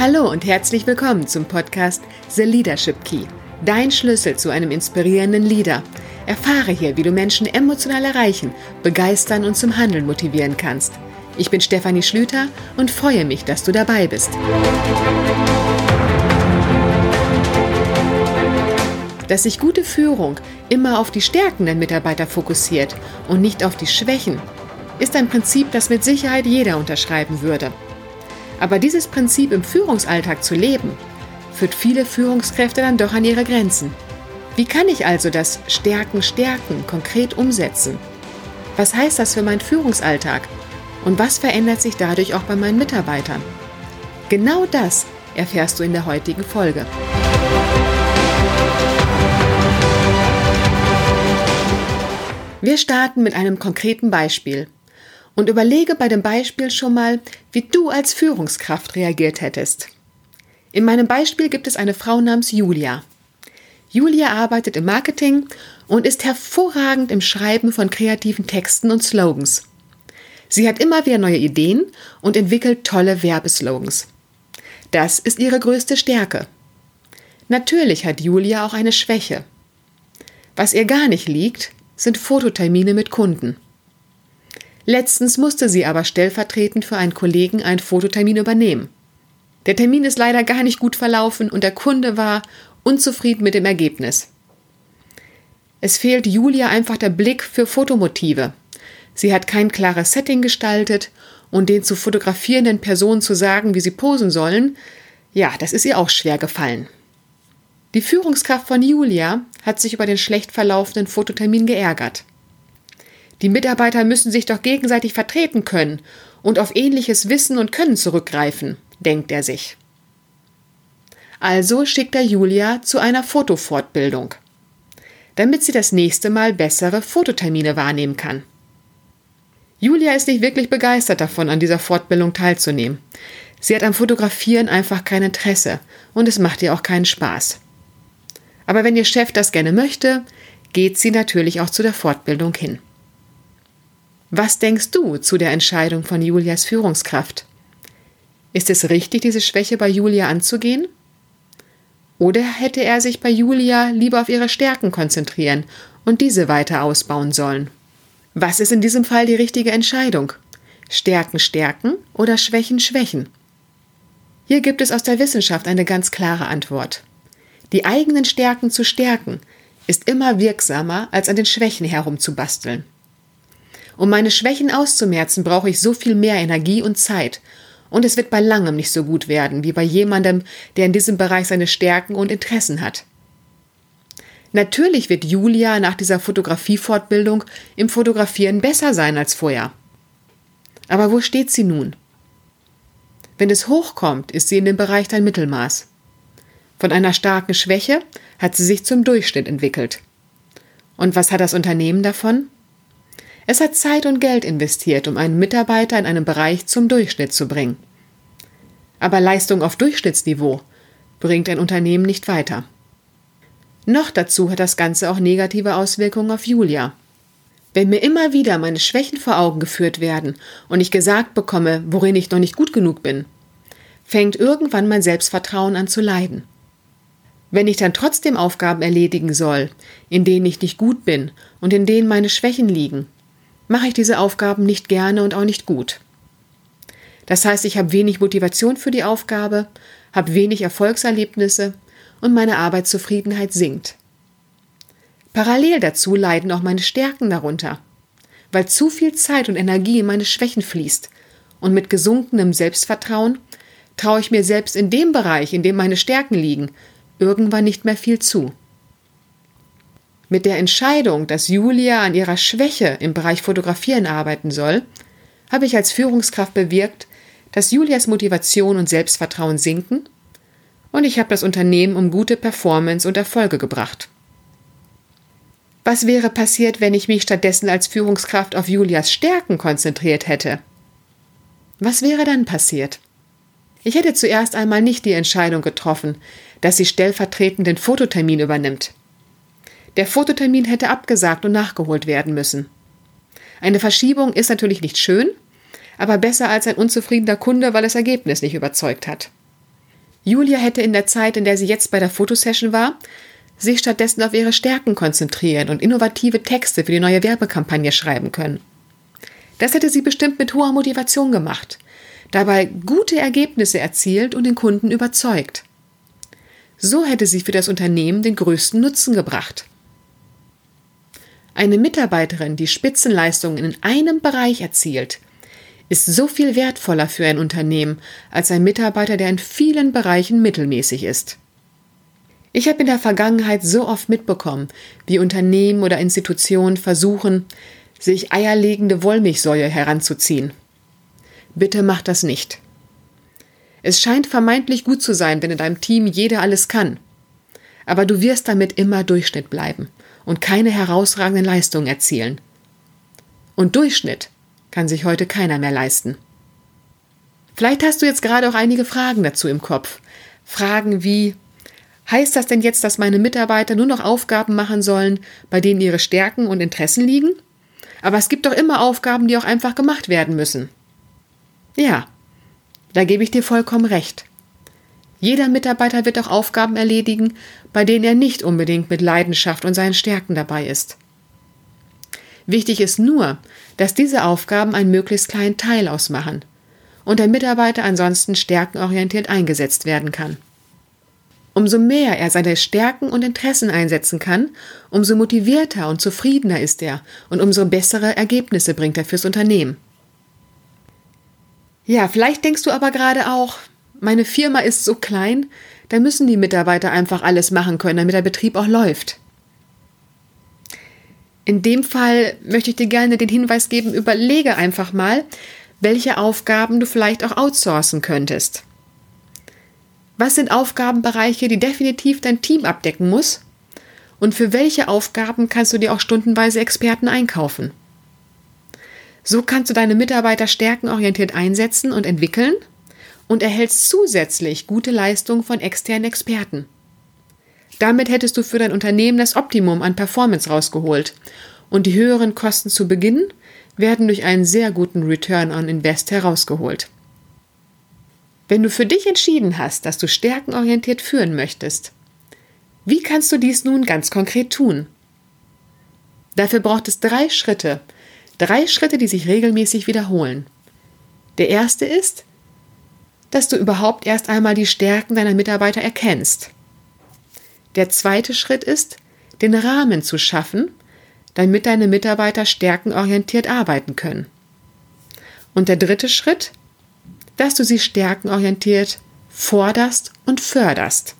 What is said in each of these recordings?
Hallo und herzlich willkommen zum Podcast The Leadership Key, dein Schlüssel zu einem inspirierenden Leader. Erfahre hier, wie du Menschen emotional erreichen, begeistern und zum Handeln motivieren kannst. Ich bin Stefanie Schlüter und freue mich, dass du dabei bist. Dass sich gute Führung immer auf die Stärken der Mitarbeiter fokussiert und nicht auf die Schwächen, ist ein Prinzip, das mit Sicherheit jeder unterschreiben würde. Aber dieses Prinzip im Führungsalltag zu leben, führt viele Führungskräfte dann doch an ihre Grenzen. Wie kann ich also das Stärken konkret umsetzen? Was heißt das für meinen Führungsalltag? Und was verändert sich dadurch auch bei meinen Mitarbeitern? Genau das erfährst du in der heutigen Folge. Wir starten mit einem konkreten Beispiel. Und überlege bei dem Beispiel schon mal, wie du als Führungskraft reagiert hättest. In meinem Beispiel gibt es eine Frau namens Julia. Julia arbeitet im Marketing und ist hervorragend im Schreiben von kreativen Texten und Slogans. Sie hat immer wieder neue Ideen und entwickelt tolle Werbeslogans. Das ist ihre größte Stärke. Natürlich hat Julia auch eine Schwäche. Was ihr gar nicht liegt, sind Fototermine mit Kunden. Letztens musste sie aber stellvertretend für einen Kollegen einen Fototermin übernehmen. Der Termin ist leider gar nicht gut verlaufen und der Kunde war unzufrieden mit dem Ergebnis. Es fehlt Julia einfach der Blick für Fotomotive. Sie hat kein klares Setting gestaltet und den zu fotografierenden Personen zu sagen, wie sie posen sollen, ja, das ist ihr auch schwer gefallen. Die Führungskraft von Julia hat sich über den schlecht verlaufenden Fototermin geärgert. Die Mitarbeiter müssen sich doch gegenseitig vertreten können und auf ähnliches Wissen und Können zurückgreifen, denkt er sich. Also schickt er Julia zu einer Fotofortbildung, damit sie das nächste Mal bessere Fototermine wahrnehmen kann. Julia ist nicht wirklich begeistert davon, an dieser Fortbildung teilzunehmen. Sie hat am Fotografieren einfach kein Interesse und es macht ihr auch keinen Spaß. Aber wenn ihr Chef das gerne möchte, geht sie natürlich auch zu der Fortbildung hin. Was denkst du zu der Entscheidung von Julias Führungskraft? Ist es richtig, diese Schwäche bei Julia anzugehen? Oder hätte er sich bei Julia lieber auf ihre Stärken konzentrieren und diese weiter ausbauen sollen? Was ist in diesem Fall die richtige Entscheidung? Stärken oder Schwächen? Hier gibt es aus der Wissenschaft eine ganz klare Antwort. Die eigenen Stärken zu stärken ist immer wirksamer, als an den Schwächen herumzubasteln. Um meine Schwächen auszumerzen, brauche ich so viel mehr Energie und Zeit. Und es wird bei langem nicht so gut werden, wie bei jemandem, der in diesem Bereich seine Stärken und Interessen hat. Natürlich wird Julia nach dieser Fotografiefortbildung im Fotografieren besser sein als vorher. Aber wo steht sie nun? Wenn es hochkommt, ist sie in dem Bereich ein Mittelmaß. Von einer starken Schwäche hat sie sich zum Durchschnitt entwickelt. Und was hat das Unternehmen davon? Es hat Zeit und Geld investiert, um einen Mitarbeiter in einem Bereich zum Durchschnitt zu bringen. Aber Leistung auf Durchschnittsniveau bringt ein Unternehmen nicht weiter. Noch dazu hat das Ganze auch negative Auswirkungen auf Julia. Wenn mir immer wieder meine Schwächen vor Augen geführt werden und ich gesagt bekomme, worin ich noch nicht gut genug bin, fängt irgendwann mein Selbstvertrauen an zu leiden. Wenn ich dann trotzdem Aufgaben erledigen soll, in denen ich nicht gut bin und in denen meine Schwächen liegen, mache ich diese Aufgaben nicht gerne und auch nicht gut. Das heißt, ich habe wenig Motivation für die Aufgabe, habe wenig Erfolgserlebnisse und meine Arbeitszufriedenheit sinkt. Parallel dazu leiden auch meine Stärken darunter, weil zu viel Zeit und Energie in meine Schwächen fließt und mit gesunkenem Selbstvertrauen traue ich mir selbst in dem Bereich, in dem meine Stärken liegen, irgendwann nicht mehr viel zu. Mit der Entscheidung, dass Julia an ihrer Schwäche im Bereich Fotografieren arbeiten soll, habe ich als Führungskraft bewirkt, dass Julias Motivation und Selbstvertrauen sinken und ich habe das Unternehmen um gute Performance und Erfolge gebracht. Was wäre passiert, wenn ich mich stattdessen als Führungskraft auf Julias Stärken konzentriert hätte? Was wäre dann passiert? Ich hätte zuerst einmal nicht die Entscheidung getroffen, dass sie stellvertretend den Fototermin übernimmt. Der Fototermin hätte abgesagt und nachgeholt werden müssen. Eine Verschiebung ist natürlich nicht schön, aber besser als ein unzufriedener Kunde, weil das Ergebnis nicht überzeugt hat. Julia hätte in der Zeit, in der sie jetzt bei der Fotosession war, sich stattdessen auf ihre Stärken konzentrieren und innovative Texte für die neue Werbekampagne schreiben können. Das hätte sie bestimmt mit hoher Motivation gemacht, dabei gute Ergebnisse erzielt und den Kunden überzeugt. So hätte sie für das Unternehmen den größten Nutzen gebracht. Eine Mitarbeiterin, die Spitzenleistungen in einem Bereich erzielt, ist so viel wertvoller für ein Unternehmen als ein Mitarbeiter, der in vielen Bereichen mittelmäßig ist. Ich habe in der Vergangenheit so oft mitbekommen, wie Unternehmen oder Institutionen versuchen, sich eierlegende Wollmilchsäue heranzuziehen. Bitte macht das nicht. Es scheint vermeintlich gut zu sein, wenn in deinem Team jeder alles kann. Aber du wirst damit immer Durchschnitt bleiben und keine herausragenden Leistungen erzielen. Und Durchschnitt kann sich heute keiner mehr leisten. Vielleicht hast du jetzt gerade auch einige Fragen dazu im Kopf. Fragen wie: Heißt das denn jetzt, dass meine Mitarbeiter nur noch Aufgaben machen sollen, bei denen ihre Stärken und Interessen liegen? Aber es gibt doch immer Aufgaben, die auch einfach gemacht werden müssen. Ja, da gebe ich dir vollkommen recht. Jeder Mitarbeiter wird auch Aufgaben erledigen, bei denen er nicht unbedingt mit Leidenschaft und seinen Stärken dabei ist. Wichtig ist nur, dass diese Aufgaben einen möglichst kleinen Teil ausmachen und der Mitarbeiter ansonsten stärkenorientiert eingesetzt werden kann. Umso mehr er seine Stärken und Interessen einsetzen kann, umso motivierter und zufriedener ist er und umso bessere Ergebnisse bringt er fürs Unternehmen. Ja, vielleicht denkst du aber gerade auch, meine Firma ist so klein, da müssen die Mitarbeiter einfach alles machen können, damit der Betrieb auch läuft. In dem Fall möchte ich dir gerne den Hinweis geben, überlege einfach mal, welche Aufgaben du vielleicht auch outsourcen könntest. Was sind Aufgabenbereiche, die definitiv dein Team abdecken muss? Und für welche Aufgaben kannst du dir auch stundenweise Experten einkaufen? So kannst du deine Mitarbeiter stärkenorientiert einsetzen und entwickeln und erhältst zusätzlich gute Leistungen von externen Experten. Damit hättest du für dein Unternehmen das Optimum an Performance rausgeholt und die höheren Kosten zu Beginn werden durch einen sehr guten Return on Invest herausgeholt. Wenn du für dich entschieden hast, dass du stärkenorientiert führen möchtest, wie kannst du dies nun ganz konkret tun? Dafür braucht es 3 Schritte, die sich regelmäßig wiederholen. Der erste ist, dass du überhaupt erst einmal die Stärken deiner Mitarbeiter erkennst. Der zweite Schritt ist, den Rahmen zu schaffen, damit deine Mitarbeiter stärkenorientiert arbeiten können. Und der dritte Schritt, dass du sie stärkenorientiert forderst und förderst.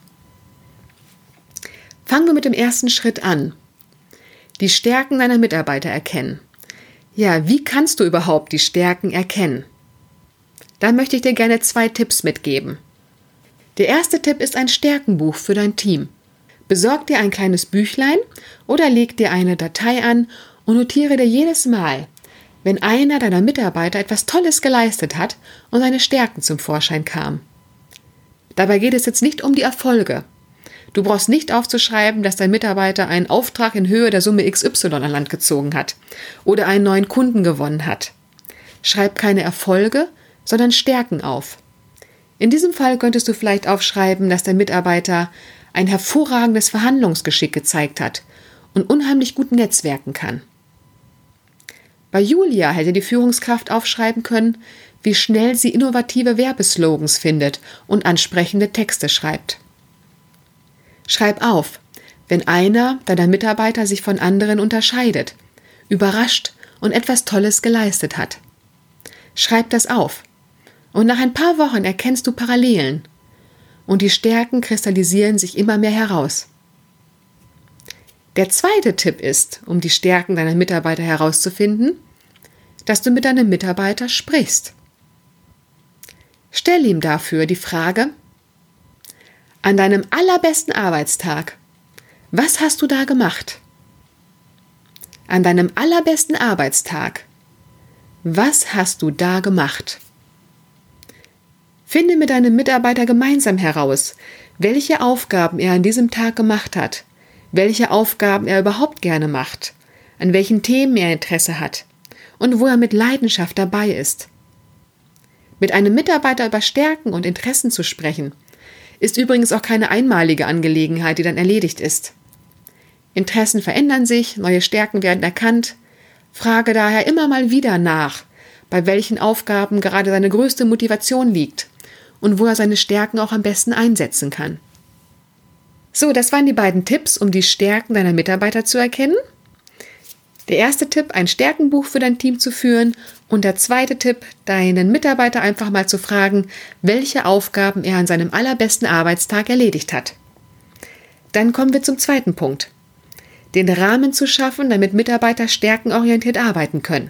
Fangen wir mit dem ersten Schritt an. Die Stärken deiner Mitarbeiter erkennen. Ja, wie kannst du überhaupt die Stärken erkennen? Da möchte ich dir gerne 2 Tipps mitgeben. Der erste Tipp ist ein Stärkenbuch für dein Team. Besorg dir ein kleines Büchlein oder leg dir eine Datei an und notiere dir jedes Mal, wenn einer deiner Mitarbeiter etwas Tolles geleistet hat und seine Stärken zum Vorschein kamen. Dabei geht es jetzt nicht um die Erfolge. Du brauchst nicht aufzuschreiben, dass dein Mitarbeiter einen Auftrag in Höhe der Summe XY an Land gezogen hat oder einen neuen Kunden gewonnen hat. Schreib keine Erfolge, sondern Stärken auf. In diesem Fall könntest du vielleicht aufschreiben, dass der Mitarbeiter ein hervorragendes Verhandlungsgeschick gezeigt hat und unheimlich gut netzwerken kann. Bei Julia hätte die Führungskraft aufschreiben können, wie schnell sie innovative Werbeslogans findet und ansprechende Texte schreibt. Schreib auf, wenn einer deiner Mitarbeiter sich von anderen unterscheidet, überrascht und etwas Tolles geleistet hat. Schreib das auf und nach ein paar Wochen erkennst du Parallelen und die Stärken kristallisieren sich immer mehr heraus. Der zweite Tipp ist, um die Stärken deiner Mitarbeiter herauszufinden, dass du mit deinem Mitarbeiter sprichst. Stell ihm dafür die Frage: An deinem allerbesten Arbeitstag, was hast du da gemacht? An deinem allerbesten Arbeitstag, was hast du da gemacht? Finde mit deinem Mitarbeiter gemeinsam heraus, welche Aufgaben er an diesem Tag gemacht hat, welche Aufgaben er überhaupt gerne macht, an welchen Themen er Interesse hat und wo er mit Leidenschaft dabei ist. Mit einem Mitarbeiter über Stärken und Interessen zu sprechen, Ist übrigens auch keine einmalige Angelegenheit, die dann erledigt ist. Interessen verändern sich, neue Stärken werden erkannt. Frage daher immer mal wieder nach, bei welchen Aufgaben gerade seine größte Motivation liegt und wo er seine Stärken auch am besten einsetzen kann. So, das waren die beiden Tipps, um die Stärken deiner Mitarbeiter zu erkennen. Der erste Tipp, ein Stärkenbuch für dein Team zu führen, und der zweite Tipp, deinen Mitarbeiter einfach mal zu fragen, welche Aufgaben er an seinem allerbesten Arbeitstag erledigt hat. Dann kommen wir zum zweiten Punkt. Den Rahmen zu schaffen, damit Mitarbeiter stärkenorientiert arbeiten können.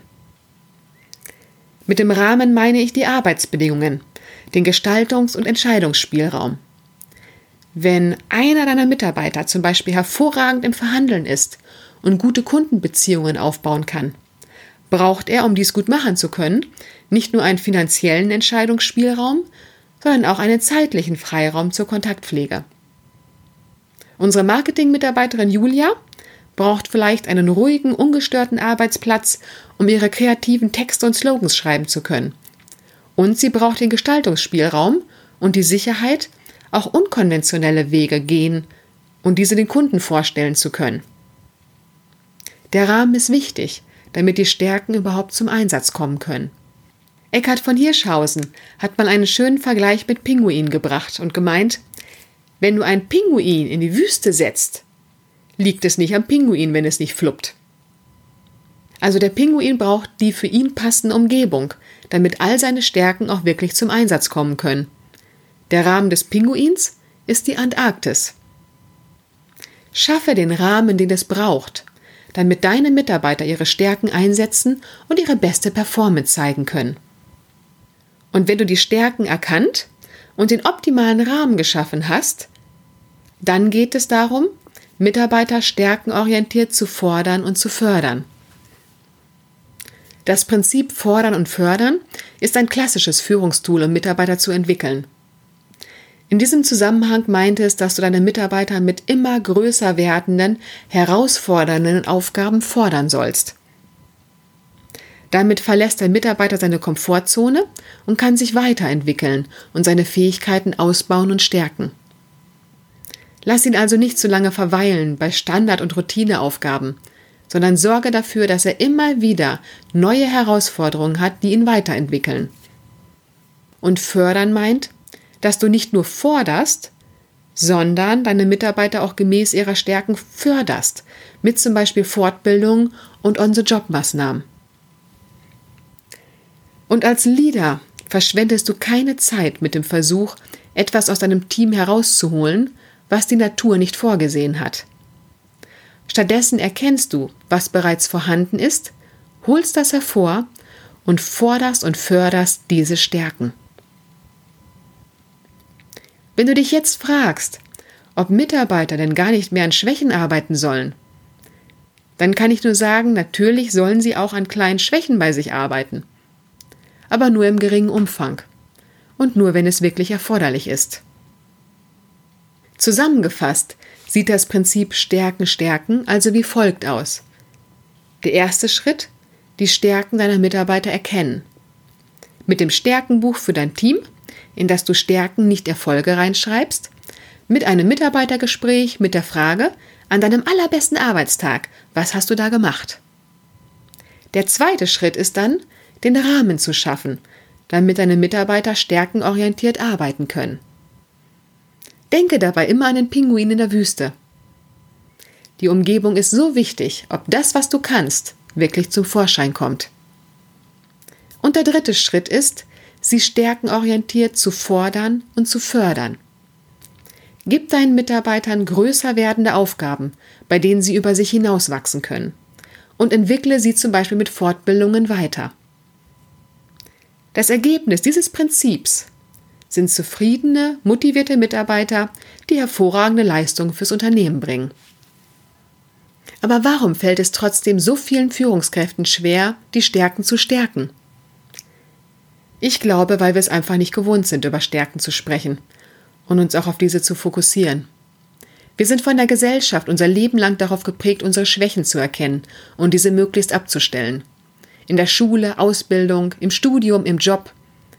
Mit dem Rahmen meine ich die Arbeitsbedingungen, den Gestaltungs- und Entscheidungsspielraum. Wenn einer deiner Mitarbeiter zum Beispiel hervorragend im Verhandeln ist und gute Kundenbeziehungen aufbauen kann, braucht er, um dies gut machen zu können, nicht nur einen finanziellen Entscheidungsspielraum, sondern auch einen zeitlichen Freiraum zur Kontaktpflege. Unsere Marketing-Mitarbeiterin Julia braucht vielleicht einen ruhigen, ungestörten Arbeitsplatz, um ihre kreativen Texte und Slogans schreiben zu können. Und sie braucht den Gestaltungsspielraum und die Sicherheit, auch unkonventionelle Wege gehen und diese den Kunden vorstellen zu können. Der Rahmen ist wichtig, damit die Stärken überhaupt zum Einsatz kommen können. Eckhard von Hirschhausen hat mal einen schönen Vergleich mit Pinguinen gebracht und gemeint, wenn du einen Pinguin in die Wüste setzt, liegt es nicht am Pinguin, wenn es nicht fluppt. Also der Pinguin braucht die für ihn passende Umgebung, damit all seine Stärken auch wirklich zum Einsatz kommen können. Der Rahmen des Pinguins ist die Antarktis. Schaffe den Rahmen, den es braucht, damit deine Mitarbeiter ihre Stärken einsetzen und ihre beste Performance zeigen können. Und wenn du die Stärken erkannt und den optimalen Rahmen geschaffen hast, dann geht es darum, Mitarbeiter stärkenorientiert zu fordern und zu fördern. Das Prinzip Fordern und Fördern ist ein klassisches Führungstool, um Mitarbeiter zu entwickeln. In diesem Zusammenhang meint es, dass du deine Mitarbeiter mit immer größer werdenden, herausfordernden Aufgaben fordern sollst. Damit verlässt der Mitarbeiter seine Komfortzone und kann sich weiterentwickeln und seine Fähigkeiten ausbauen und stärken. Lass ihn also nicht zu lange verweilen bei Standard- und Routineaufgaben, sondern sorge dafür, dass er immer wieder neue Herausforderungen hat, die ihn weiterentwickeln. Und fördern meint, dass du nicht nur forderst, sondern deine Mitarbeiter auch gemäß ihrer Stärken förderst, mit zum Beispiel Fortbildung und On-the-Job-Maßnahmen. Und als Leader verschwendest du keine Zeit mit dem Versuch, etwas aus deinem Team herauszuholen, was die Natur nicht vorgesehen hat. Stattdessen erkennst du, was bereits vorhanden ist, holst das hervor und forderst und förderst diese Stärken. Wenn du dich jetzt fragst, ob Mitarbeiter denn gar nicht mehr an Schwächen arbeiten sollen, dann kann ich nur sagen, natürlich sollen sie auch an kleinen Schwächen bei sich arbeiten, aber nur im geringen Umfang und nur, wenn es wirklich erforderlich ist. Zusammengefasst sieht das Prinzip Stärken stärken also wie folgt aus. Der erste Schritt, die Stärken deiner Mitarbeiter erkennen. Mit dem Stärkenbuch für dein Team, in das du Stärken, nicht Erfolge reinschreibst, mit einem Mitarbeitergespräch mit der Frage, an deinem allerbesten Arbeitstag, was hast du da gemacht? Der zweite Schritt ist dann, den Rahmen zu schaffen, damit deine Mitarbeiter stärkenorientiert arbeiten können. Denke dabei immer an den Pinguin in der Wüste. Die Umgebung ist so wichtig, ob das, was du kannst, wirklich zum Vorschein kommt. Und der dritte Schritt ist, sie stärkenorientiert zu fordern und zu fördern. Gib deinen Mitarbeitern größer werdende Aufgaben, bei denen sie über sich hinauswachsen können, und entwickle sie zum Beispiel mit Fortbildungen weiter. Das Ergebnis dieses Prinzips sind zufriedene, motivierte Mitarbeiter, die hervorragende Leistungen fürs Unternehmen bringen. Aber warum fällt es trotzdem so vielen Führungskräften schwer, die Stärken zu stärken? Ich glaube, weil wir es einfach nicht gewohnt sind, über Stärken zu sprechen und uns auch auf diese zu fokussieren. Wir sind von der Gesellschaft unser Leben lang darauf geprägt, unsere Schwächen zu erkennen und diese möglichst abzustellen. In der Schule, Ausbildung, im Studium, im Job.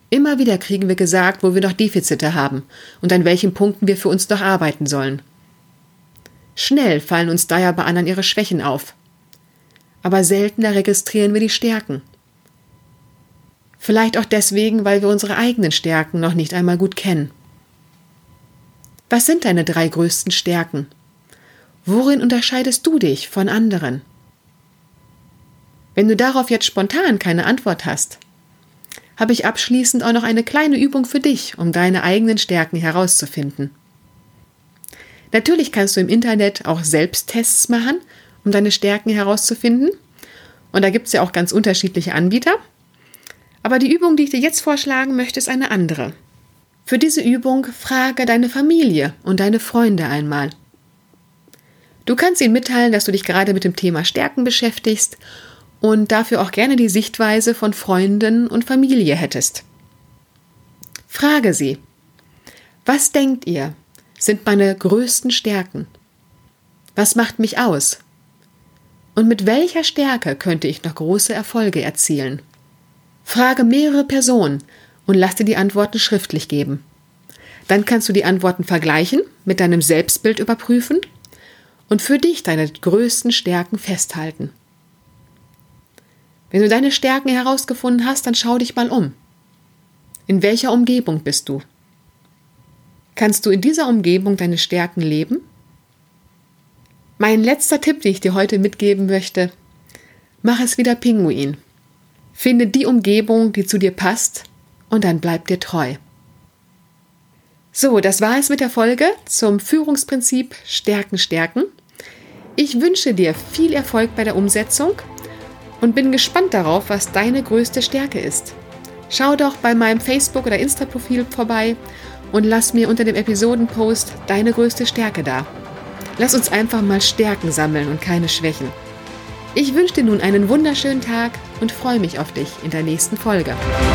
Immer wieder kriegen wir gesagt, wo wir noch Defizite haben und an welchen Punkten wir für uns noch arbeiten sollen. Schnell fallen uns daher bei anderen ihre Schwächen auf. Aber seltener registrieren wir die Stärken. Vielleicht auch deswegen, weil wir unsere eigenen Stärken noch nicht einmal gut kennen. Was sind deine 3 größten Stärken? Worin unterscheidest du dich von anderen? Wenn du darauf jetzt spontan keine Antwort hast, habe ich abschließend auch noch eine kleine Übung für dich, um deine eigenen Stärken herauszufinden. Natürlich kannst du im Internet auch Selbsttests machen, um deine Stärken herauszufinden. Und da gibt es ja auch ganz unterschiedliche Anbieter. Aber die Übung, die ich dir jetzt vorschlagen möchte, ist eine andere. Für diese Übung frage deine Familie und deine Freunde einmal. Du kannst ihnen mitteilen, dass du dich gerade mit dem Thema Stärken beschäftigst und dafür auch gerne die Sichtweise von Freunden und Familie hättest. Frage sie: Was denkt ihr, sind meine größten Stärken? Was macht mich aus? Und mit welcher Stärke könnte ich noch große Erfolge erzielen? Frage mehrere Personen und lass dir die Antworten schriftlich geben. Dann kannst du die Antworten vergleichen, mit deinem Selbstbild überprüfen und für dich deine größten Stärken festhalten. Wenn du deine Stärken herausgefunden hast, dann schau dich mal um. In welcher Umgebung bist du? Kannst du in dieser Umgebung deine Stärken leben? Mein letzter Tipp, den ich dir heute mitgeben möchte: Mach es wie der Pinguin. Finde die Umgebung, die zu dir passt, und dann bleib dir treu. So, das war es mit der Folge zum Führungsprinzip Stärken stärken. Ich wünsche dir viel Erfolg bei der Umsetzung und bin gespannt darauf, was deine größte Stärke ist. Schau doch bei meinem Facebook- oder Insta-Profil vorbei und lass mir unter dem Episodenpost deine größte Stärke da. Lass uns einfach mal Stärken sammeln und keine Schwächen. Ich wünsche dir nun einen wunderschönen Tag und freue mich auf dich in der nächsten Folge.